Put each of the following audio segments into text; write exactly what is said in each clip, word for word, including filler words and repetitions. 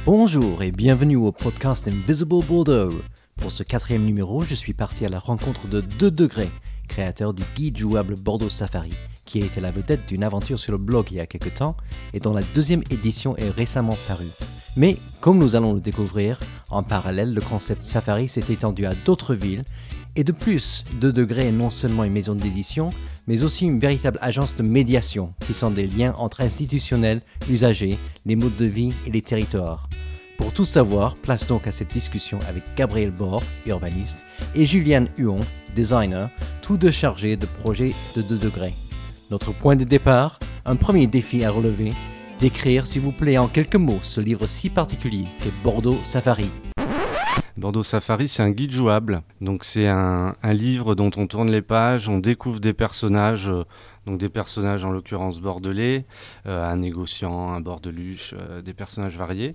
Bonjour et bienvenue au podcast Invisible Bordeaux. Pour ce quatrième numéro, je suis parti à la rencontre de deux degrés, créateur du guide jouable Bordeaux Safari, qui a été la vedette d'une aventure sur le blog il y a quelques temps et dont la deuxième édition est récemment parue. Mais, comme nous allons le découvrir, en parallèle, le concept Safari s'est étendu à d'autres villes. Et de plus, deux degrés est non seulement une maison d'édition, mais aussi une véritable agence de médiation, tissant des liens entre institutionnels, usagers, les modes de vie et les territoires. Pour tout savoir, place donc à cette discussion avec Gabriel Bord, urbaniste, et Juliane Huon, designer, tous deux chargés de projets de deux degrés. Notre point de départ, un premier défi à relever, décrire s'il vous plaît en quelques mots ce livre si particulier qu'est Bordeaux Safari. Bordeaux Safari, c'est un guide jouable. Donc c'est un, un livre dont on tourne les pages, on découvre des personnages, euh, donc des personnages en l'occurrence bordelais, euh, un négociant, un bordeluche, euh, des personnages variés.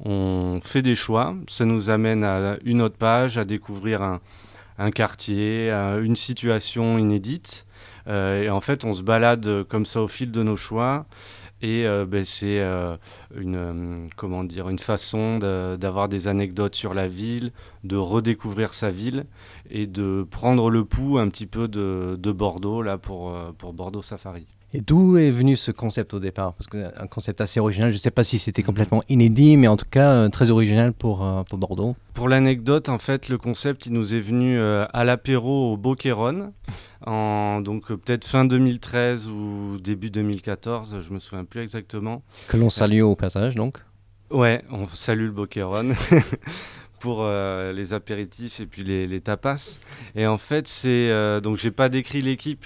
On fait des choix, ça nous amène à une autre page, à découvrir un, un quartier, à une situation inédite. Euh, et en fait, on se balade comme ça au fil de nos choix. Et euh, ben, c'est euh, une, euh, comment dire, une façon de, d'avoir des anecdotes sur la ville, de redécouvrir sa ville et de prendre le pouls un petit peu de, de Bordeaux là, pour, euh, pour Bordeaux Safari. Et d'où est venu ce concept au départ ? Parce que un concept assez original, je ne sais pas si c'était complètement inédit, mais en tout cas euh, très original pour, euh, pour Bordeaux. Pour l'anecdote, en fait, le concept il nous est venu euh, à l'apéro au Boquerón, en donc euh, peut-être fin deux mille treize ou début deux mille quatorze, je me souviens plus exactement. Que l'on salue au passage donc. Ouais, on salue le Boquerón. pour euh, les apéritifs et puis les, les tapas. Et en fait, c'est euh, donc j'ai pas décrit l'équipe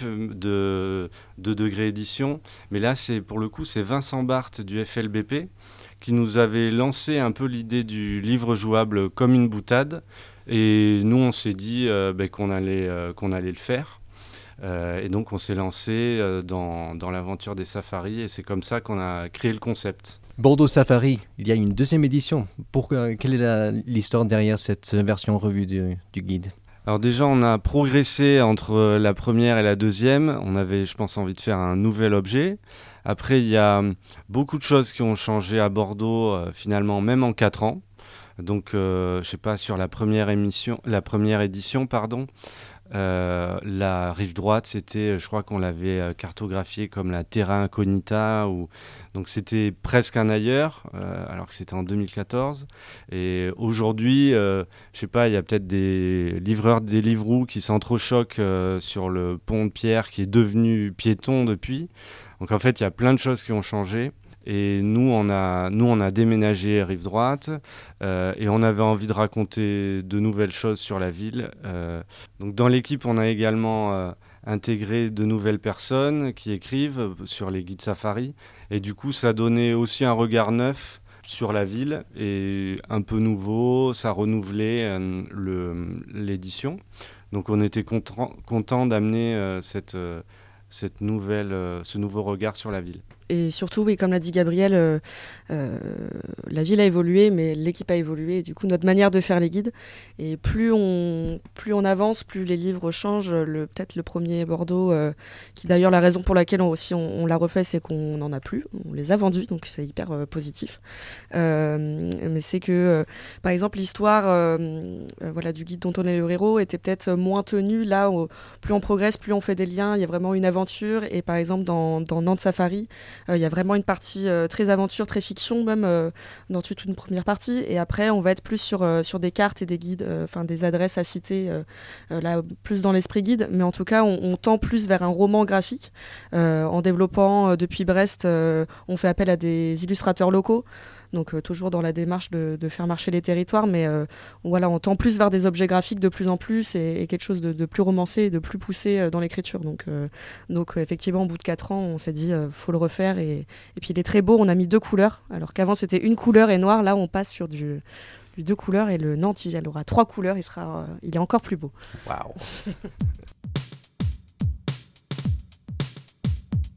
de deux degrés édition, mais là, c'est pour le coup, c'est Vincent Barthes du F L B P qui nous avait lancé un peu l'idée du livre jouable comme une boutade. Et nous, on s'est dit euh, bah, qu'on allait euh, qu'on allait le faire. Euh, et donc, on s'est lancé euh, dans dans l'aventure des safaris et c'est comme ça qu'on a créé le concept. Bordeaux Safari, il y a une deuxième édition. Pourquoi, quelle est la, l'histoire derrière cette version revue du, du guide ? Alors déjà, on a progressé entre la première et la deuxième. On avait, je pense, envie de faire un nouvel objet. Après, il y a beaucoup de choses qui ont changé à Bordeaux, euh, finalement, même en quatre ans. Donc, euh, je sais pas, sur la première émission, la première édition, pardon, Euh, la rive droite, c'était, je crois qu'on l'avait euh, cartographié comme la Terra Incognita, ou... donc c'était presque un ailleurs, euh, alors que c'était en deux mille quatorze. Et aujourd'hui, euh, je sais pas, il y a peut-être des livreurs de Deliveroo qui s'entrechoquent euh, sur le pont de pierre qui est devenu piéton depuis. Donc en fait, il y a plein de choses qui ont changé. Et nous, on a, nous, on a déménagé rive droite euh, et on avait envie de raconter de nouvelles choses sur la ville. Euh, donc dans l'équipe, on a également euh, intégré de nouvelles personnes qui écrivent sur les guides safari. Et du coup, ça donnait aussi un regard neuf sur la ville et un peu nouveau. Ça renouvelait euh, le, l'édition. Donc on était content, content d'amener euh, cette, euh, cette nouvelle, euh, ce nouveau regard sur la ville. Et surtout, oui, comme l'a dit Gabriel, euh, euh, la ville a évolué, mais l'équipe a évolué. Et du coup, notre manière de faire les guides. Et plus on, plus on avance, plus les livres changent. Le, peut-être le premier Bordeaux, euh, qui d'ailleurs, la raison pour laquelle on, aussi on, on l'a refait, c'est qu'on n'en a plus. On les a vendus, donc c'est hyper euh, positif. Euh, mais c'est que, euh, par exemple, l'histoire euh, euh, voilà, du guide dont on est le héros était peut-être moins tenue. Là, au, plus on progresse, plus on fait des liens. Il y a vraiment une aventure. Et par exemple, dans, dans Nantes Safari, il euh, y a vraiment une partie euh, très aventure, très fiction même euh, dans toute une première partie. Et après, on va être plus sur, euh, sur des cartes et des guides, enfin euh, des adresses à citer, euh, euh, là plus dans l'esprit guide. Mais en tout cas, on, on tend plus vers un roman graphique. Euh, en développant euh, depuis Brest, euh, on fait appel à des illustrateurs locaux. Donc euh, toujours dans la démarche de, de faire marcher les territoires, mais euh, voilà, on tend plus vers des objets graphiques de plus en plus et, et quelque chose de, de plus romancé et de plus poussé euh, dans l'écriture. Donc, euh, donc euh, effectivement, au bout de quatre ans, on s'est dit, euh, faut le refaire. Et, et puis il est très beau, on a mis deux couleurs, alors qu'avant c'était une couleur et noir. Là, on passe sur du, du deux couleurs et le Nantes, il aura trois couleurs, il, sera, euh, il est encore plus beau. Waouh.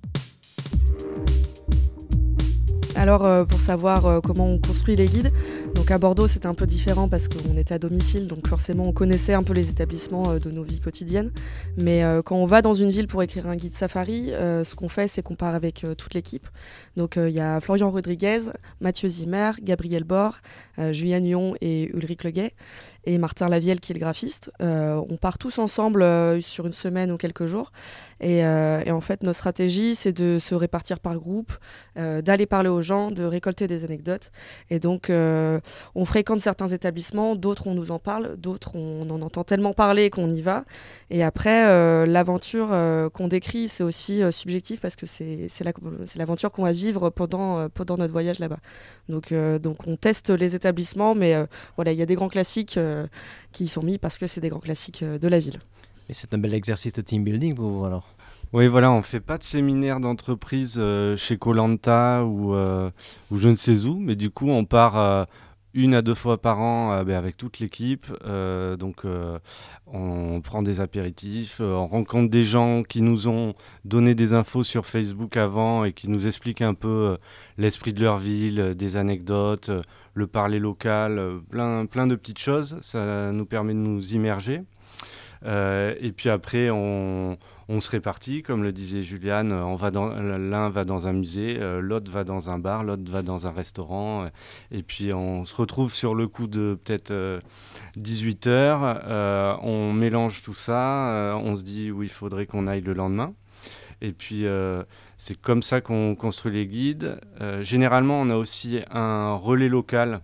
Alors, euh, pour savoir euh, comment on construit les guides, Donc à Bordeaux, c'était un peu différent parce qu'on était à domicile, donc forcément on connaissait un peu les établissements euh, de nos vies quotidiennes. Mais euh, quand on va dans une ville pour écrire un guide safari, euh, ce qu'on fait, c'est qu'on part avec euh, toute l'équipe. Donc il euh, y a Florian Rodriguez, Mathieu Zimmer, Gabriel Bord, euh, Julien Huon et Ulrich Leguet, et Martin Lavielle qui est le graphiste. Euh, on part tous ensemble euh, sur une semaine ou quelques jours. Et, euh, et en fait, notre stratégie, c'est de se répartir par groupe, euh, d'aller parler aux gens, de récolter des anecdotes. Et donc, euh, on fréquente certains établissements, d'autres on nous en parle, d'autres on en entend tellement parler qu'on y va. Et après, euh, l'aventure euh, qu'on décrit, c'est aussi euh, subjectif parce que c'est, c'est, la, c'est l'aventure qu'on va vivre pendant, euh, pendant notre voyage là-bas. Donc, euh, donc on teste les établissements, mais euh, voilà, il y a des grands classiques euh, qui y sont mis parce que c'est des grands classiques euh, de la ville. Mais c'est un bel exercice de team building pour vous alors. Oui, voilà, on fait pas de séminaire d'entreprise euh, chez koh lanta ou, euh, ou je ne sais où, mais du coup, on part euh, une à deux fois par an euh, ben, avec toute l'équipe. Euh, donc, euh, on prend des apéritifs, euh, on rencontre des gens qui nous ont donné des infos sur Facebook avant et qui nous expliquent un peu euh, l'esprit de leur ville, euh, des anecdotes, euh, le parler local, euh, plein, plein de petites choses. Ça nous permet de nous immerger. Euh, et puis après, on, on se répartit, comme le disait Juliane, on va dans, l'un va dans un musée, euh, l'autre va dans un bar, l'autre va dans un restaurant. Euh, et puis on se retrouve sur le coup de peut-être euh, dix-huit heures, euh, on mélange tout ça, euh, on se dit où il faudrait qu'on aille le lendemain. Et puis euh, c'est comme ça qu'on construit les guides. Euh, généralement, on a aussi un relais local,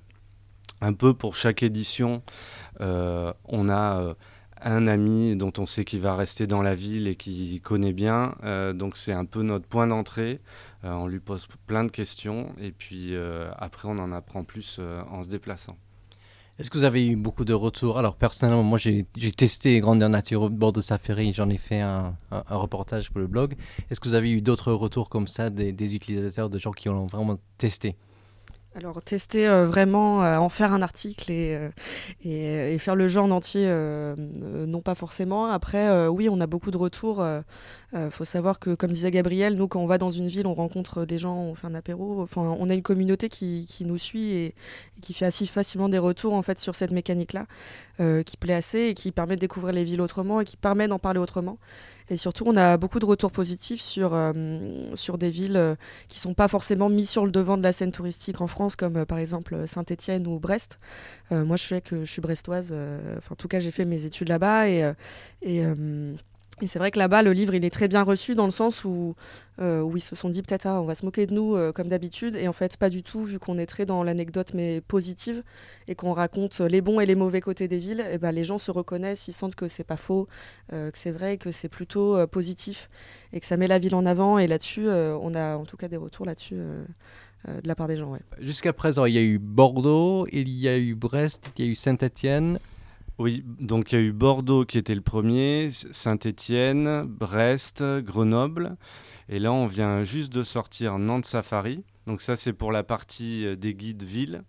un peu pour chaque édition. Euh, on a... Euh, un ami dont on sait qu'il va rester dans la ville et qui connaît bien. Euh, donc c'est un peu notre point d'entrée. Euh, on lui pose plein de questions et puis euh, après on en apprend plus euh, en se déplaçant. Est-ce que vous avez eu beaucoup de retours? Alors personnellement, moi j'ai, j'ai testé Grandeur Nature Bordeaux Safari, j'en ai fait un, un, un reportage pour le blog. Est-ce que vous avez eu d'autres retours comme ça, des, des utilisateurs, de gens qui ont vraiment testé? Alors tester euh, vraiment, euh, en faire un article et, euh, et, et faire le jeu en entier, euh, euh, non pas forcément. Après, euh, oui, on a beaucoup de retours. Il euh, euh, faut savoir que, comme disait Gabriel, nous, quand on va dans une ville, on rencontre des gens, on fait un apéro. Enfin, on a une communauté qui, qui nous suit et, et qui fait assez facilement des retours en fait, sur cette mécanique-là, euh, qui plaît assez et qui permet de découvrir les villes autrement et qui permet d'en parler autrement. Et surtout, on a beaucoup de retours positifs sur, euh, sur des villes euh, qui ne sont pas forcément mises sur le devant de la scène touristique en France, comme euh, par exemple Saint-Étienne ou Brest. Euh, moi, je sais que je suis brestoise. Euh, en tout cas, j'ai fait mes études là-bas. Et, euh, et, euh, et c'est vrai que là-bas, le livre, il est très bien reçu dans le sens où, euh, où ils se sont dit peut-être ah, on va se moquer de nous euh, comme d'habitude. Et en fait, pas du tout, vu qu'on est très dans l'anecdote, mais positive, et qu'on raconte les bons et les mauvais côtés des villes, et ben, les gens se reconnaissent, ils sentent que c'est pas faux, euh, que c'est vrai, que c'est plutôt euh, positif, et que ça met la ville en avant. Et là-dessus, euh, on a en tout cas des retours là-dessus euh, euh, de la part des gens. Ouais. Jusqu'à présent, il y a eu Bordeaux, il y a eu Brest, il y a eu Saint-Étienne. Oui, donc il y a eu Bordeaux qui était le premier, Saint-Étienne, Brest, Grenoble. Et là, on vient juste de sortir Nantes Safari. Donc ça, c'est pour la partie des guides ville.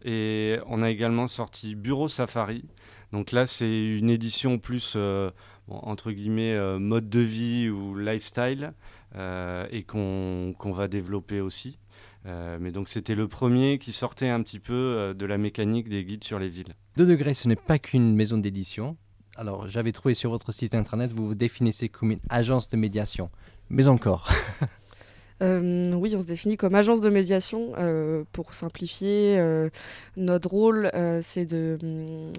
Et on a également sorti Bureau Safari. Donc là, c'est une édition plus, euh, bon, entre guillemets, euh, mode de vie ou lifestyle, euh, et qu'on, qu'on va développer aussi. Euh, mais donc c'était le premier qui sortait un petit peu euh, de la mécanique des guides sur les villes. deux degrés, ce n'est pas qu'une maison d'édition. Alors, j'avais trouvé sur votre site internet, vous vous définissez comme une agence de médiation. Mais encore. Euh, oui, on se définit comme agence de médiation. Euh, pour simplifier, euh, notre rôle, euh, c'est de, euh,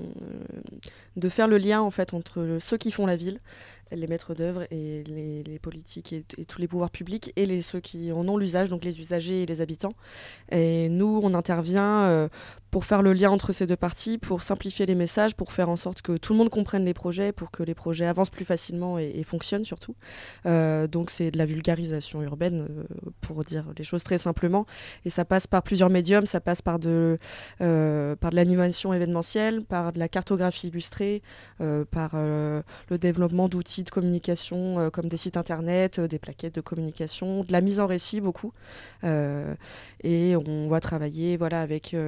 de faire le lien en fait, entre ceux qui font la ville, les maîtres d'œuvre et les, les politiques et, et tous les pouvoirs publics, et les, ceux qui en ont l'usage, donc les usagers et les habitants. Et nous, on intervient euh, pour faire le lien entre ces deux parties, pour simplifier les messages, pour faire en sorte que tout le monde comprenne les projets, pour que les projets avancent plus facilement et, et fonctionnent surtout. Euh, donc c'est de la vulgarisation urbaine, euh, pour dire les choses très simplement. Et ça passe par plusieurs médiums, ça passe par de, euh, par de l'animation événementielle, par de la cartographie illustrée, euh, par euh, le développement d'outils de communication euh, comme des sites internet, euh, des plaquettes de communication, de la mise en récit beaucoup. Euh, et on va travailler voilà, avec... Euh,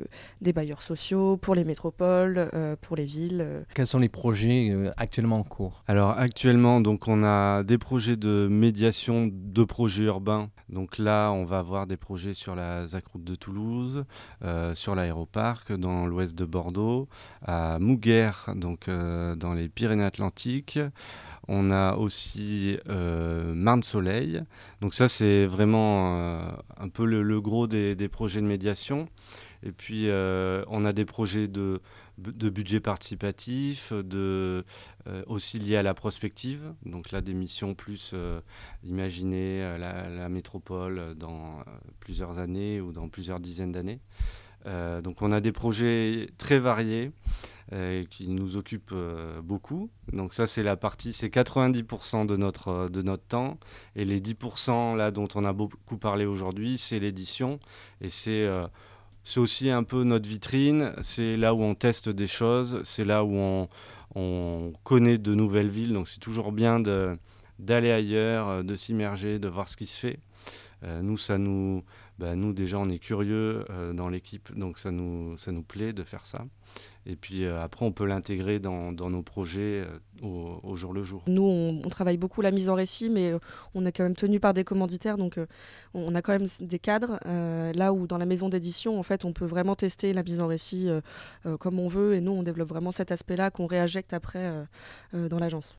des bailleurs sociaux, pour les métropoles, euh, pour les villes. euh. Quels sont les projets euh, actuellement en cours? Alors actuellement, donc on a des projets de médiation de projets urbains. Donc là, on va avoir des projets sur la ZAC-Route de Toulouse, euh, sur l'aéroparc dans l'ouest de Bordeaux, à Mouguer, donc euh, dans les Pyrénées-Atlantiques. On a aussi euh, Marne-Soleil. Donc ça, c'est vraiment euh, un peu le, le gros des, des projets de médiation. Et puis, euh, on a des projets de, de budget participatif, de, euh, aussi liés à la prospective. Donc là, des missions plus euh, imaginer euh, la, la métropole dans euh, plusieurs années ou dans plusieurs dizaines d'années. Euh, donc on a des projets très variés euh, qui nous occupent euh, beaucoup. Donc ça, c'est la partie, c'est quatre-vingt-dix pour cent de notre, de notre temps. Et les dix pour cent là, dont on a beaucoup parlé aujourd'hui, c'est l'édition. Et c'est... Euh, C'est aussi un peu notre vitrine, c'est là où on teste des choses, c'est là où on, on connaît de nouvelles villes, donc c'est toujours bien de, d'aller ailleurs, de s'immerger, de voir ce qui se fait. Euh, nous, ça nous, bah, nous, déjà, on est curieux euh, dans l'équipe, donc ça nous, ça nous plaît de faire ça. Et puis euh, après, on peut l'intégrer dans, dans nos projets euh, au, au jour le jour. Nous, on, on travaille beaucoup la mise en récit, mais euh, on est quand même tenu par des commanditaires, donc euh, on a quand même des cadres. Euh, là où dans la maison d'édition, en fait, on peut vraiment tester la mise en récit euh, euh, comme on veut, et nous, on développe vraiment cet aspect-là qu'on réinjecte après euh, euh, dans l'agence.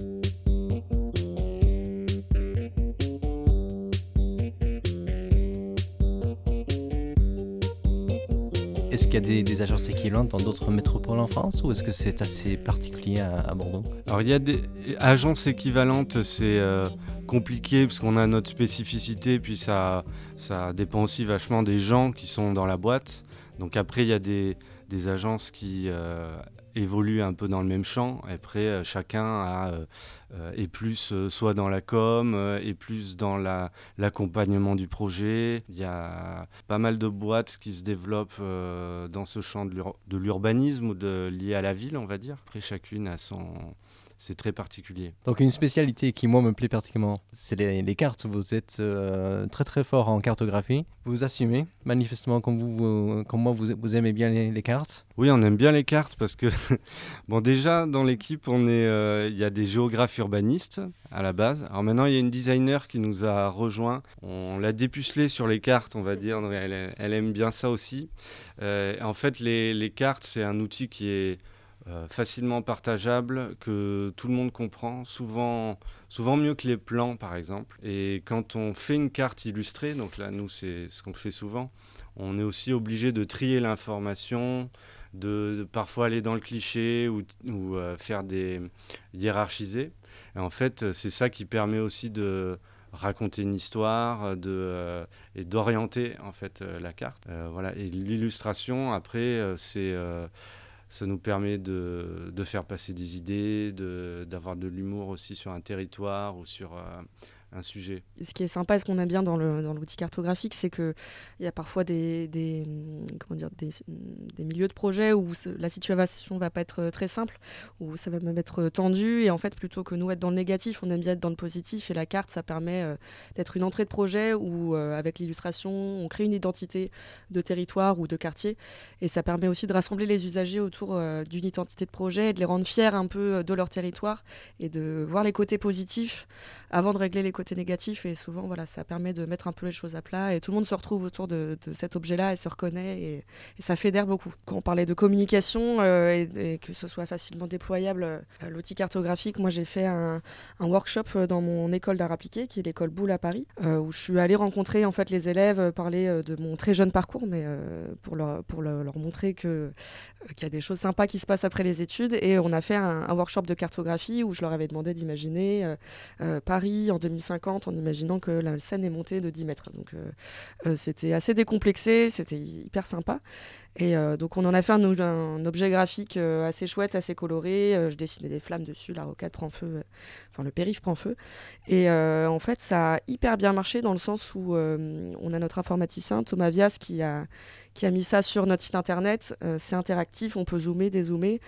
Est-ce qu'il y a des, des agences équivalentes dans d'autres métropoles en France ou est-ce que c'est assez particulier à, à Bordeaux? Alors il y a des agences équivalentes, c'est euh, compliqué parce qu'on a notre spécificité, puis ça, ça dépend aussi vachement des gens qui sont dans la boîte. Donc après il y a des, des agences qui euh, évoluent un peu dans le même champ. Après euh, chacun a, euh, euh, est plus euh, soit dans la com, euh, et plus dans la, l'accompagnement du projet. Il y a pas mal de boîtes qui se développent euh, dans ce champ de, l'ur- de l'urbanisme ou de, lié à la ville, on va dire. Après chacune a son... C'est très particulier. Donc une spécialité qui moi me plaît particulièrement, c'est les, les cartes. Vous êtes euh, très très fort en cartographie. Vous assumez manifestement comme, vous, vous, comme moi vous, vous aimez bien les, les cartes. Oui, on aime bien les cartes parce que bon déjà dans l'équipe on est, euh, il y a des géographes urbanistes à la base. Alors maintenant il y a une designer qui nous a rejoint. On l'a dépucelée sur les cartes, on va dire. Elle, elle aime bien ça aussi. Euh, en fait les, les cartes c'est un outil qui est Euh, facilement partageable, que tout le monde comprend, souvent, souvent mieux que les plans par exemple. Et quand on fait une carte illustrée, donc là nous c'est ce qu'on fait souvent, on est aussi obligé de trier l'information, de, de parfois aller dans le cliché ou, ou euh, faire des hiérarchiser. Et en fait c'est ça qui permet aussi de raconter une histoire de, euh, et d'orienter en fait euh, la carte. Euh, voilà. Et l'illustration après euh, c'est... Euh, Ça nous permet de, de faire passer des idées, de, d'avoir de l'humour aussi sur un territoire ou sur euh, un sujet. Ce qui est sympa et ce qu'on aime bien dans, le, dans l'outil cartographique, c'est qu'il y a parfois des, des, comment dire, des, des milieux de projet où la situation va pas être très simple, où ça va même être tendu. Et en fait, plutôt que nous être dans le négatif, on aime bien être dans le positif. Et la carte, ça permet euh, d'être une entrée de projet où, euh, avec l'illustration, on crée une identité de territoire ou de quartier. Et ça permet aussi de rassembler les usagers autour euh, d'une identité de projet et de les rendre fiers un peu de leur territoire et de voir les côtés positifs avant de régler les côtés négatifs. Et souvent, voilà, ça permet de mettre un peu les choses à plat et tout le monde se retrouve autour de, de cet objet-là et se reconnaît et, et ça fédère beaucoup. Quand on parlait de communication euh, et, et que ce soit facilement déployable, euh, l'outil cartographique, moi j'ai fait un, un workshop dans mon école d'art appliqué qui est l'école Boulle à Paris, euh, où je suis allée rencontrer en fait les élèves, euh, parler euh, de mon très jeune parcours, mais euh, pour, leur, pour leur, leur montrer que, euh, qu'il y a des choses sympas qui se passent après les études. Et on a fait un, un workshop de cartographie où je leur avais demandé d'imaginer euh, euh, Paris en deux mille cinquante en imaginant que la Seine est montée de dix mètres. Donc euh, euh, c'était assez décomplexé, c'était hyper sympa. Et euh, donc on en a fait un, un objet graphique euh, assez chouette, assez coloré. Euh, je dessinais des flammes dessus, la rocade prend feu, euh, enfin le périph' prend feu. Et euh, en fait ça a hyper bien marché dans le sens où euh, on a notre informaticien Thomas Vias qui a, qui a mis ça sur notre site internet. Euh, c'est interactif, on peut zoomer, dézoomer.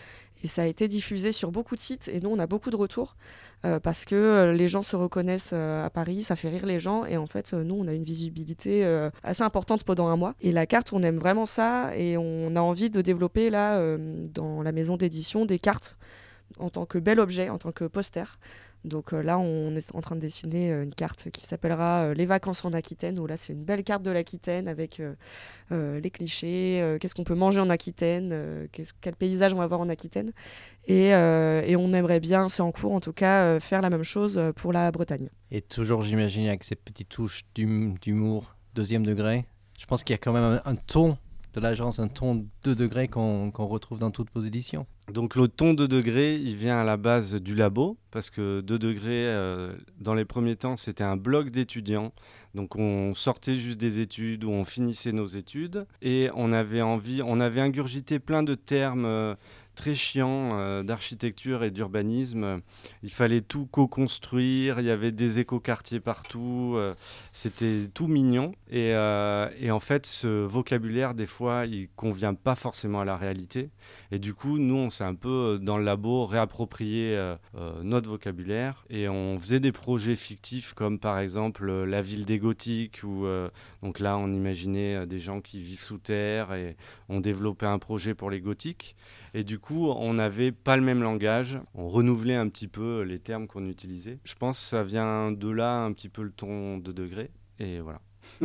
Et ça a été diffusé sur beaucoup de sites. Et nous, on a beaucoup de retours euh, parce que euh, les gens se reconnaissent euh, à Paris, ça fait rire les gens. Et en fait, euh, nous, on a une visibilité euh, assez importante pendant un mois. Et la carte, on aime vraiment ça. Et on a envie de développer, là, euh, dans la maison d'édition, des cartes en tant que bel objet, en tant que poster. Donc euh, là, on est en train de dessiner euh, une carte qui s'appellera euh, Les vacances en Aquitaine, où là, c'est une belle carte de l'Aquitaine avec euh, euh, les clichés, euh, qu'est-ce qu'on peut manger en Aquitaine, euh, quel paysage on va voir en Aquitaine. Et, euh, et on aimerait bien, c'est en cours en tout cas, euh, faire la même chose pour la Bretagne. Et toujours, j'imagine, avec ces petites touches d'hum- d'humour, deuxième degré. Je pense qu'il y a quand même un, un ton de l'agence, un ton deux degrés qu'on, qu'on retrouve dans toutes vos éditions. Donc le ton deux degrés, il vient à la base du labo, parce que deux degrés, euh, dans les premiers temps, c'était un blog d'étudiants. Donc on sortait juste des études ou on finissait nos études. Et on avait envie, on avait ingurgité plein de termes euh, très chiants euh, d'architecture et d'urbanisme. Il fallait tout co-construire, il y avait des écoquartiers partout, euh, c'était tout mignon. Et, euh, et en fait, ce vocabulaire, des fois, il convient pas forcément à la réalité. Et du coup, nous, on s'est un peu, dans le labo, réapproprié euh, euh, notre vocabulaire. Et on faisait des projets fictifs, comme par exemple euh, la ville des Gothiques, où euh, donc là, on imaginait euh, des gens qui vivent sous terre et on développait un projet pour les Gothiques. Et du coup, on n'avait pas le même langage. On renouvelait un petit peu les termes qu'on utilisait. Je pense que ça vient de là, un petit peu le ton de degré. Et voilà.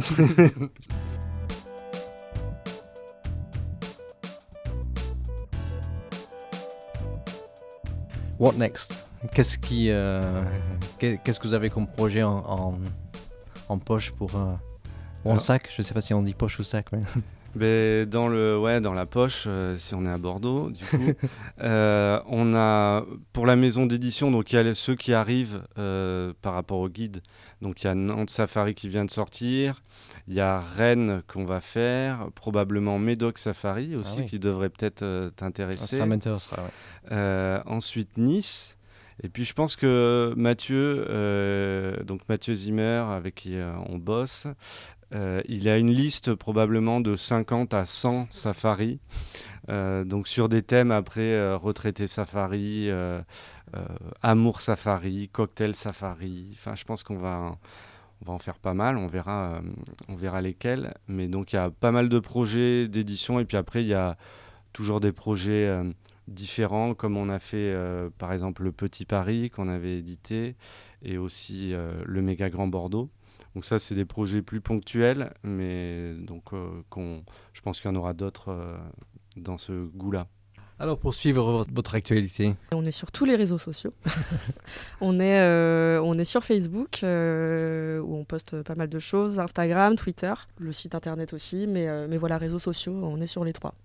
What next? Qu'est-ce, qui, euh, qu'est-ce que vous avez comme projet en, en, en poche pour, euh, ou en Alors, sac? Je ne sais pas si on dit poche ou sac. Mais... Ben, dans, le, ouais, dans la poche, euh, si on est à Bordeaux, du coup, euh, on a, pour la maison d'édition, donc il y a ceux qui arrivent euh, par rapport au guide. Donc il y a Nantes Safari qui vient de sortir, il y a Rennes qu'on va faire, probablement Médoc Safari aussi, ah oui. qui devrait peut-être euh, t'intéresser. Ça m'intéressera, oui. Euh, ensuite Nice. Et puis je pense que Mathieu, euh, donc Mathieu Zimmer, avec qui euh, on bosse, Euh, il a une liste probablement de cinquante à cent safaris, euh, donc sur des thèmes après euh, retraité safari, euh, euh, amour safari, cocktail safari. Enfin, je pense qu'on va, on va en faire pas mal. On verra, euh, on verra lesquels. Mais donc il y a pas mal de projets d'édition et puis après il y a toujours des projets euh, différents, comme on a fait euh, par exemple le Petit Paris qu'on avait édité et aussi euh, le Méga Grand Bordeaux. Donc ça, c'est des projets plus ponctuels, mais donc, euh, qu'on, je pense qu'il y en aura d'autres euh, dans ce goût-là. Alors, pour suivre votre actualité, on est sur tous les réseaux sociaux. on, est, euh, on est sur Facebook, euh, où on poste pas mal de choses, Instagram, Twitter, le site internet aussi, mais, euh, mais voilà, réseaux sociaux, on est sur les trois.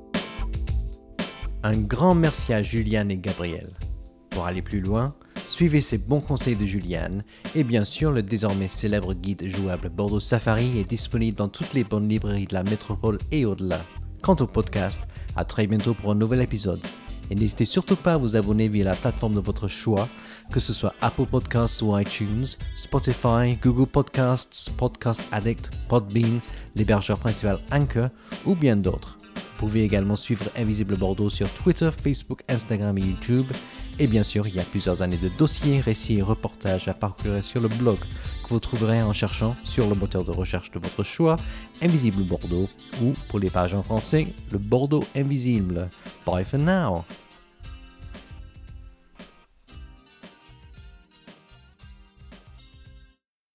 Un grand merci à Juliane et Gabriel. Pour aller plus loin, suivez ces bons conseils de Juliane et bien sûr le désormais célèbre guide jouable Bordeaux Safari est disponible dans toutes les bonnes librairies de la métropole et au-delà. Quant au podcast, à très bientôt pour un nouvel épisode. Et n'hésitez surtout pas à vous abonner via la plateforme de votre choix, que ce soit Apple Podcasts ou iTunes, Spotify, Google Podcasts, Podcast Addict, Podbean, l'hébergeur principal Anchor ou bien d'autres. Vous pouvez également suivre Invisible Bordeaux sur Twitter, Facebook, Instagram et YouTube. Et bien sûr, il y a plusieurs années de dossiers, récits et reportages à parcourir sur le blog que vous trouverez en cherchant sur le moteur de recherche de votre choix, Invisible Bordeaux, ou pour les pages en français, le Bordeaux Invisible. Bye for now!